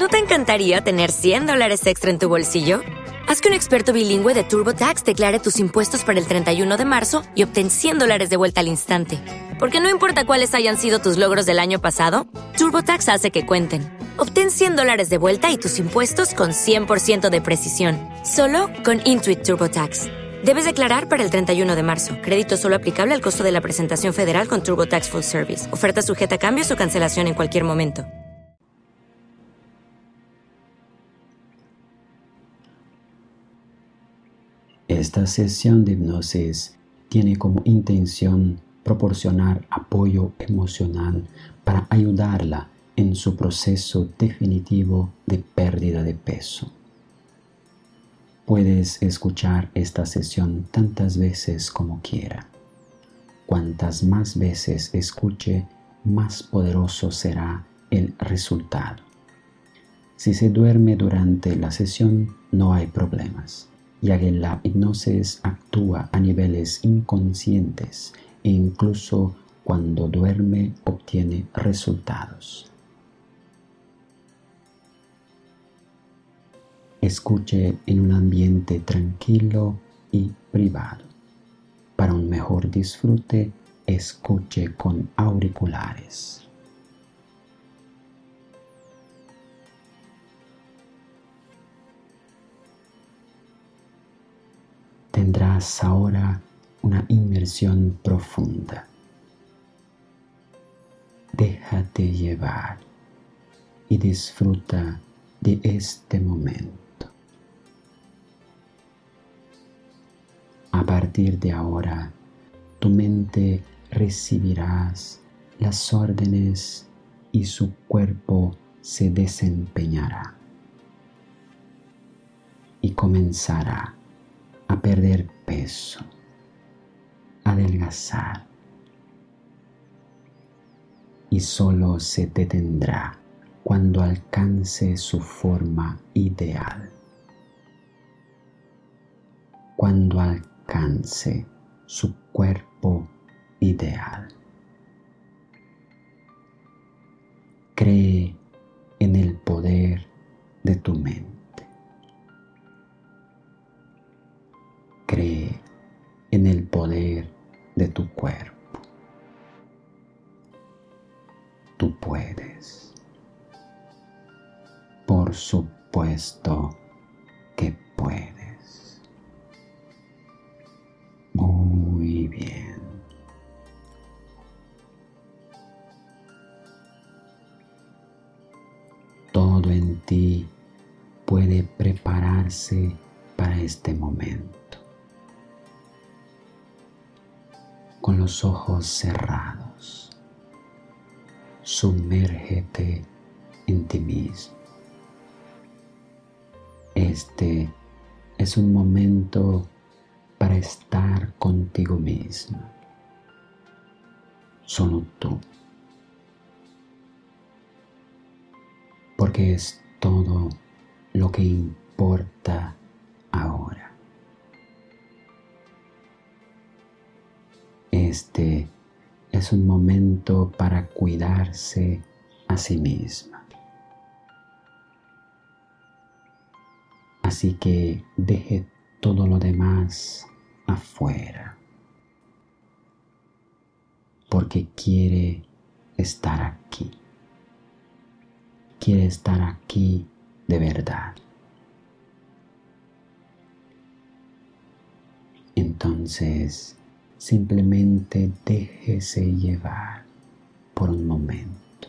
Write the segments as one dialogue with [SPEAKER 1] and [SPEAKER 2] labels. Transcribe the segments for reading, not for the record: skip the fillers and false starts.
[SPEAKER 1] ¿No te encantaría tener $100 extra en tu bolsillo? Haz que un experto bilingüe de TurboTax declare tus impuestos para el 31 de marzo y obtén $100 de vuelta al instante. Porque no importa cuáles hayan sido tus logros del año pasado, TurboTax hace que cuenten. Obtén $100 de vuelta y tus impuestos con 100% de precisión. Solo con Intuit TurboTax. Debes declarar para el 31 de marzo. Crédito solo aplicable al costo de la presentación federal con TurboTax Full Service. Oferta sujeta a cambios o cancelación en cualquier momento.
[SPEAKER 2] Esta sesión de hipnosis tiene como intención proporcionar apoyo emocional para ayudarla en su proceso definitivo de pérdida de peso. Puedes escuchar esta sesión tantas veces como quiera. Cuantas más veces escuche, más poderoso será el resultado. Si se duerme durante la sesión, no hay problemas, ya que la hipnosis actúa a niveles inconscientes e incluso cuando duerme obtiene resultados. Escuche en un ambiente tranquilo y privado. Para un mejor disfrute, escuche con auriculares. Tendrás ahora una inmersión profunda. Déjate llevar y disfruta de este momento. A partir de ahora, tu mente recibirás las órdenes y su cuerpo se desempeñará y comenzará a perder peso, adelgazar, y solo se detendrá cuando alcance su forma ideal. Cuando alcance su cuerpo ideal. Cree en el poder de tu mente. Cree en el poder de tu cuerpo. Tú puedes. Por supuesto que puedes. Muy bien. Todo en ti puede prepararse para este momento. Con los ojos cerrados, sumérgete en ti mismo. Este es un momento para estar contigo mismo. Solo tú. Porque es todo lo que importa ahora. Este es un momento para cuidarse a sí misma. Así que deje todo lo demás afuera. Porque quiere estar aquí. Quiere estar aquí de verdad. Entonces, simplemente déjese llevar por un momento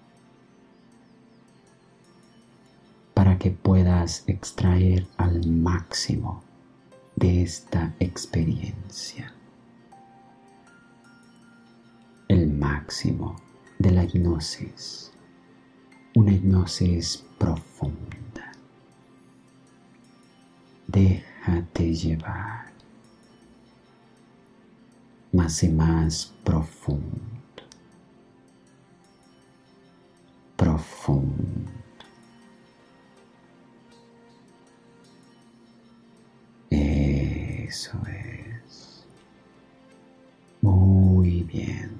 [SPEAKER 2] para que puedas extraer al máximo de esta experiencia, el máximo de la hipnosis, una hipnosis profunda. Déjate llevar. Más y más profundo, profundo. Eso es. Muy bien.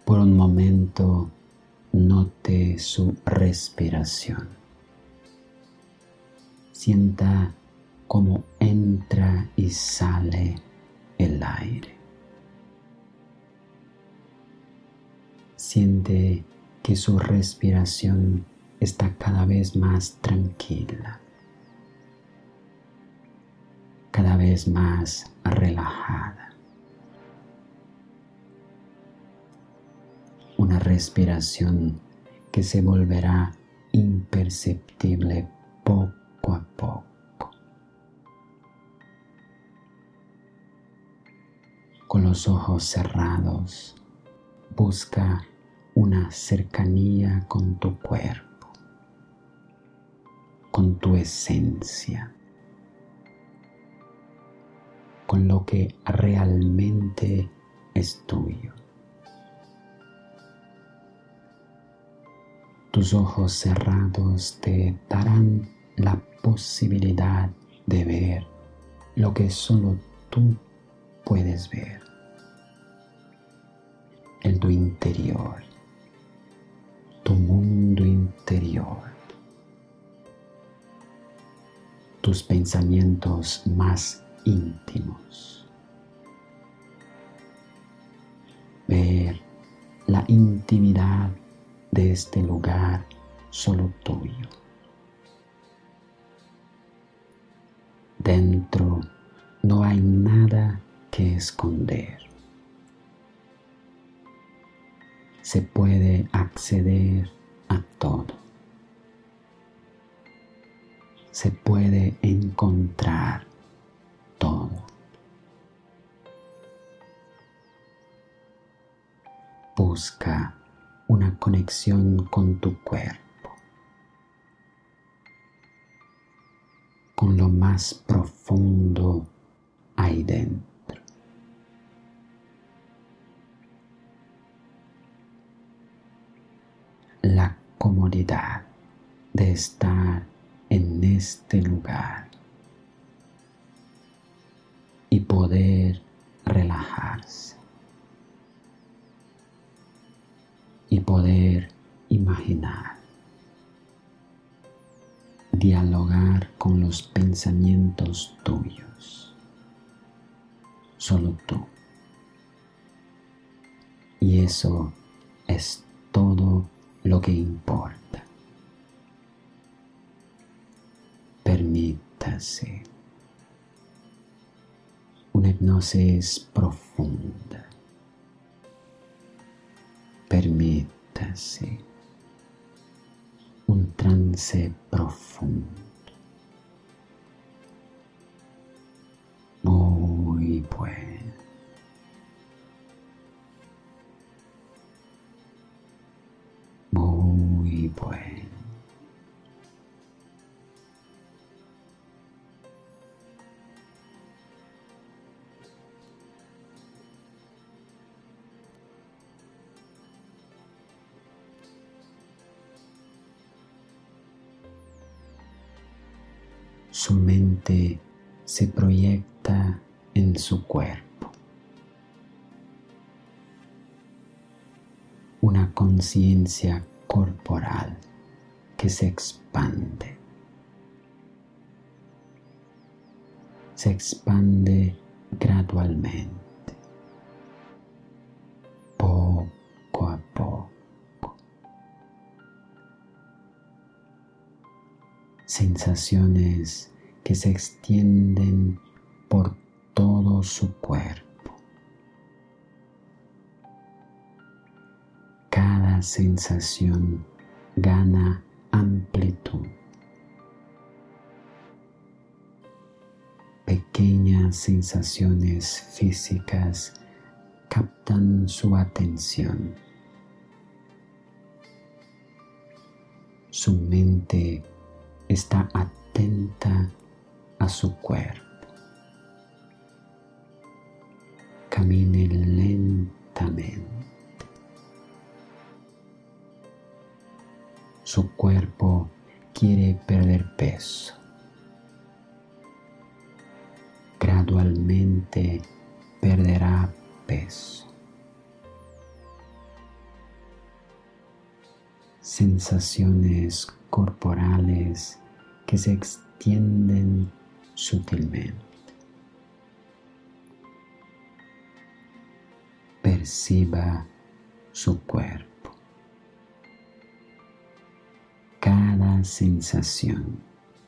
[SPEAKER 2] Por un momento, note su respiración. Sienta cómo entra y sale el aire. Siente que su respiración está cada vez más tranquila, cada vez más relajada. Una respiración que se volverá imperceptible poco a poco. Con los ojos cerrados, busca una cercanía con tu cuerpo, con tu esencia, con lo que realmente es tuyo. Tus ojos cerrados te darán la posibilidad de ver lo que solo tú puedes ver, en tu interior, tu mundo interior, tus pensamientos más íntimos. Ver la intimidad de este lugar solo tuyo. Dentro no hay nada que esconder. Se puede acceder a todo. Se puede encontrar todo. Busca una conexión con tu cuerpo, con lo más profundo ahí dentro. La comodidad de estar en este lugar y poder relajarse y poder imaginar, dialogar con los pensamientos tuyos, solo tú. Y eso es todo lo que importa. Permítase una hipnosis profunda. Permítase un trance profundo. Muy bueno. Muy bueno. Su mente se proyecta en su cuerpo. Una conciencia corporal que se expande. Se expande gradualmente, poco a poco. Sensaciones que se extienden por todo su cuerpo. Cada sensación gana amplitud. Pequeñas sensaciones físicas captan su atención. Su mente está atenta a su cuerpo. Camine lentamente. Su cuerpo quiere perder peso. Gradualmente perderá peso. sensaciones corporales que se extienden sutilmente. Perciba su cuerpo. Cada sensación.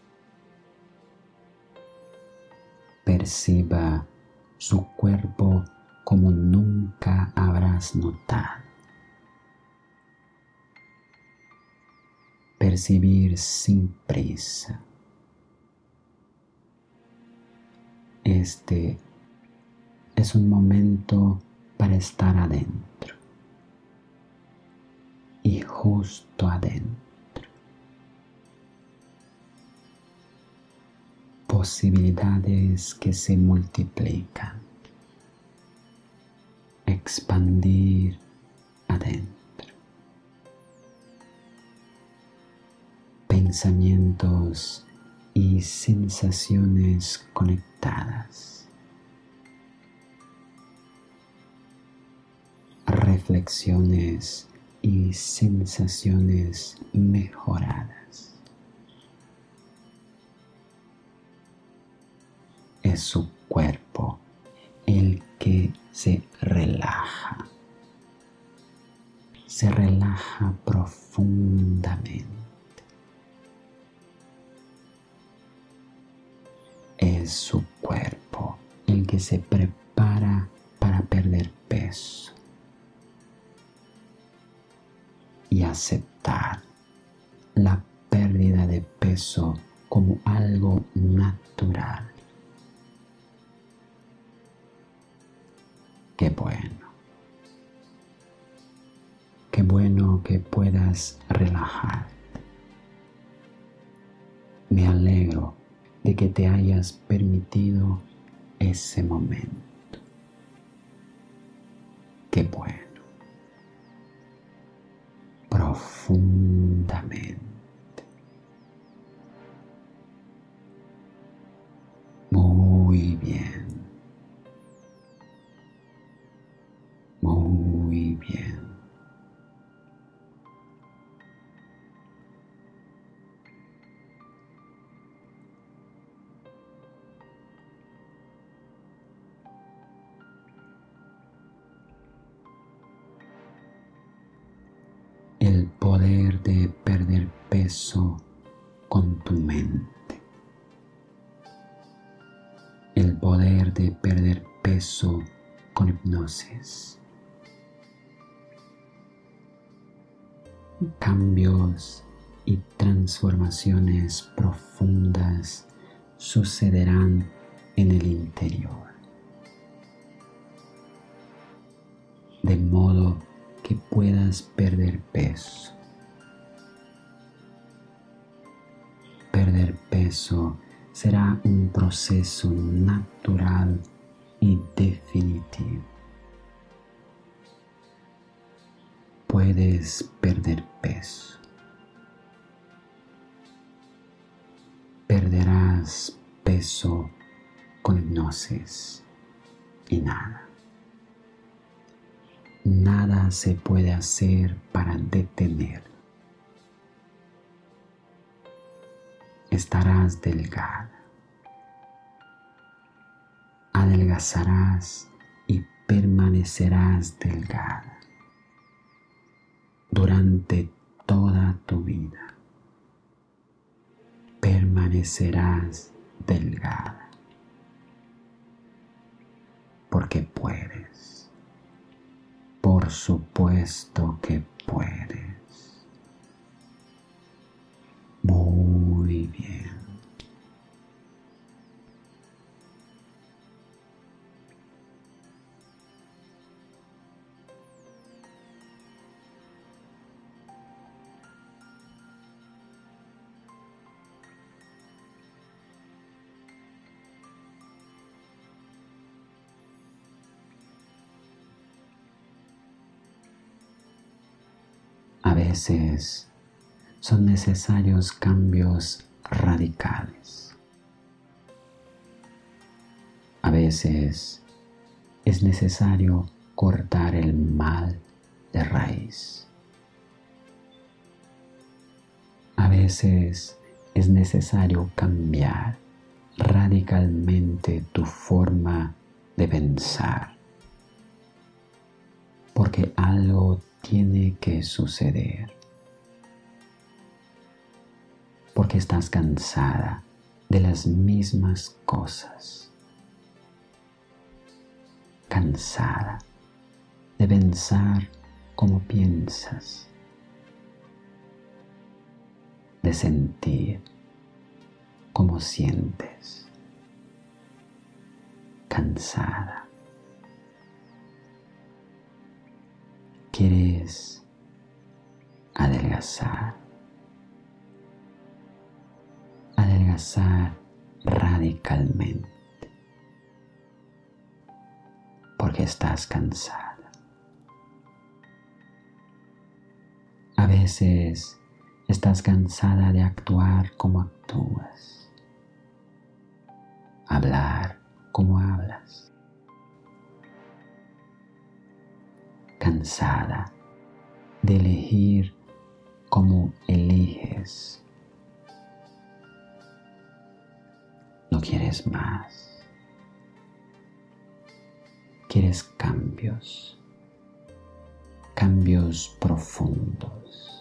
[SPEAKER 2] Perciba su cuerpo como nunca habrás notado. Percibir sin prisa. Este es un momento para estar adentro y justo adentro. Posibilidades que se multiplican. Expandir adentro. Pensamientos y sensaciones conectadas. Reflexiones y sensaciones mejoradas. Es su cuerpo el que se relaja profundamente. Es su cuerpo el que se prepara para perder peso y aceptar la pérdida de peso como algo natural. Qué bueno. Qué bueno que puedas relajarte. Me alegro de que te hayas permitido ese momento. Qué bueno. Profundamente. Muy bien. Muy bien. El poder de perder peso con tu mente. El poder de perder peso con hipnosis. Cambios y transformaciones profundas sucederán en el interior. De modo que puedas perder peso. Perder peso será un proceso natural y definitivo. Puedes perder peso. Perderás peso con hipnosis y nada. Nada se puede hacer para detenerlo. Estarás delgada. Adelgazarás y permanecerás delgada durante toda tu vida. Permanecerás delgada porque puedes. Por supuesto que puedes. Muy bien. A veces son necesarios cambios radicales. A veces es necesario cortar el mal de raíz. veces es necesario cambiar radicalmente tu forma de pensar, porque algo tiene que suceder, porque estás cansada de las mismas cosas, cansada de pensar como piensas, de sentir como sientes, cansada. Quieres adelgazar radicalmente, porque estás cansada. A veces estás cansada de actuar como actúas, hablar como hablas, cansada de elegir como eliges. No quieres más. Quieres cambios profundos.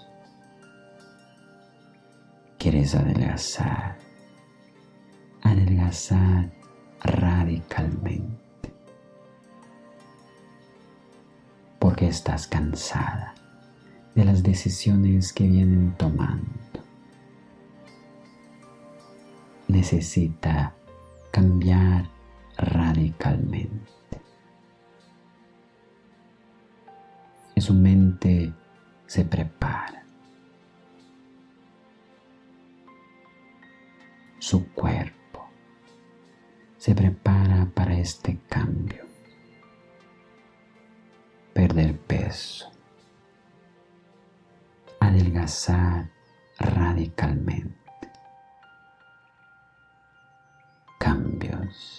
[SPEAKER 2] Quieres adelgazar radicalmente, porque estás cansada de las decisiones que vienen tomando. Necesita cambiar radicalmente. Y su mente se prepara. Su cuerpo se prepara para este cambio. Perder peso. Adelgazar radicalmente. Cambios.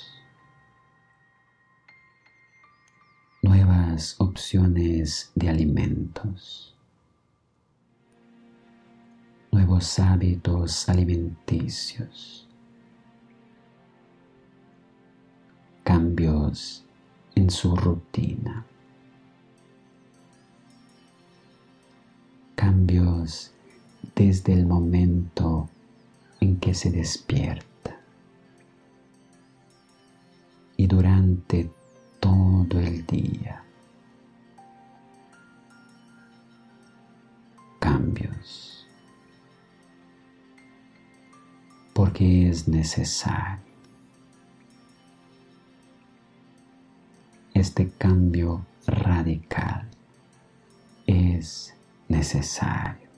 [SPEAKER 2] Nuevas opciones de alimentos. Nuevos hábitos alimenticios. Cambios en su rutina. Cambios desde el momento en que se despierta y durante todo el día. Cambios, porque es necesario. Este cambio radical es necesario.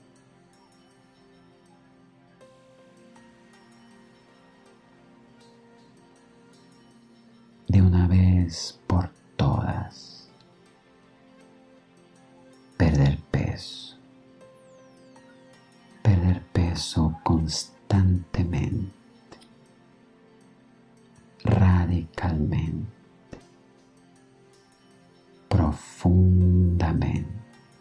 [SPEAKER 2] De una vez por todas, perder peso constantemente, radicalmente, profundamente,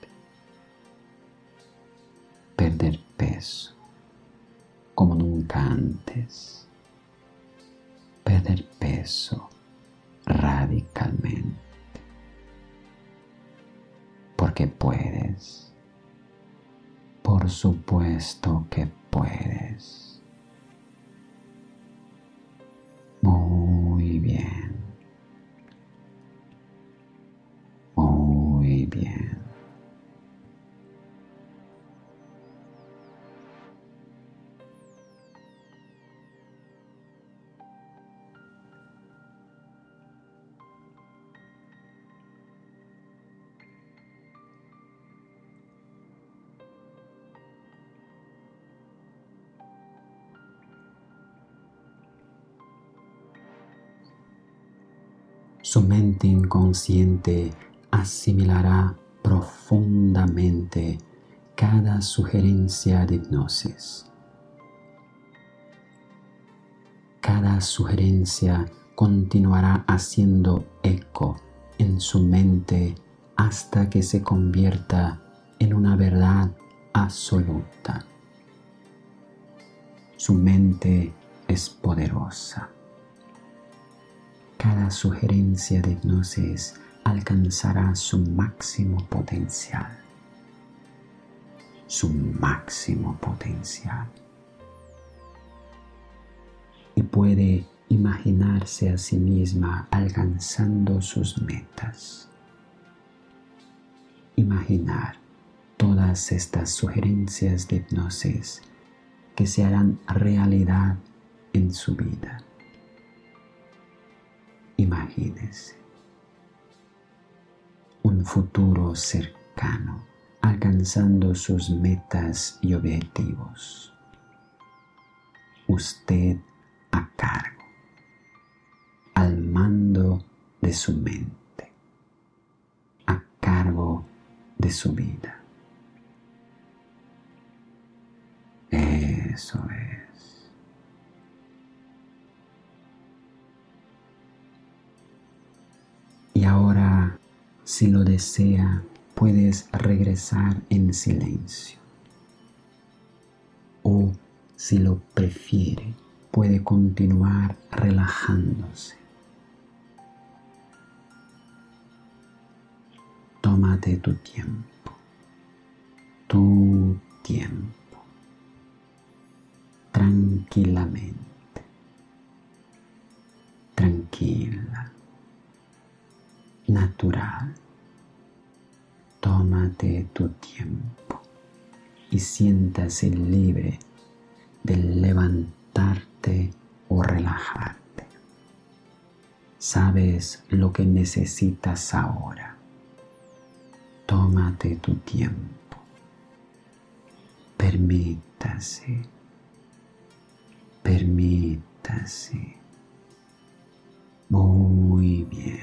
[SPEAKER 2] perder peso como nunca antes, perder peso radicalmente, porque puedes, por supuesto que puedes. Muy bien, muy bien. Su mente inconsciente asimilará profundamente cada sugerencia de hipnosis. Cada sugerencia continuará haciendo eco en su mente hasta que se convierta en una verdad absoluta. Su mente es poderosa. Cada sugerencia de hipnosis alcanzará su máximo potencial. Su máximo potencial. Y puede imaginarse a sí misma alcanzando sus metas. Imaginar todas estas sugerencias de hipnosis que se harán realidad en su vida. Imagínese un futuro cercano alcanzando sus metas y objetivos. Usted a cargo, al mando de su mente, a cargo de su vida. Eso es. Y ahora, si lo desea, puedes regresar en silencio. O, si lo prefiere, puede continuar relajándose. Tómate tu tiempo. Tu tiempo. Tranquilamente. Tranquila. Natural. Tómate tu tiempo y siéntase libre de levantarte o relajarte. Sabes lo que necesitas ahora. Tómate tu tiempo. Permítase. Permítase. Muy bien.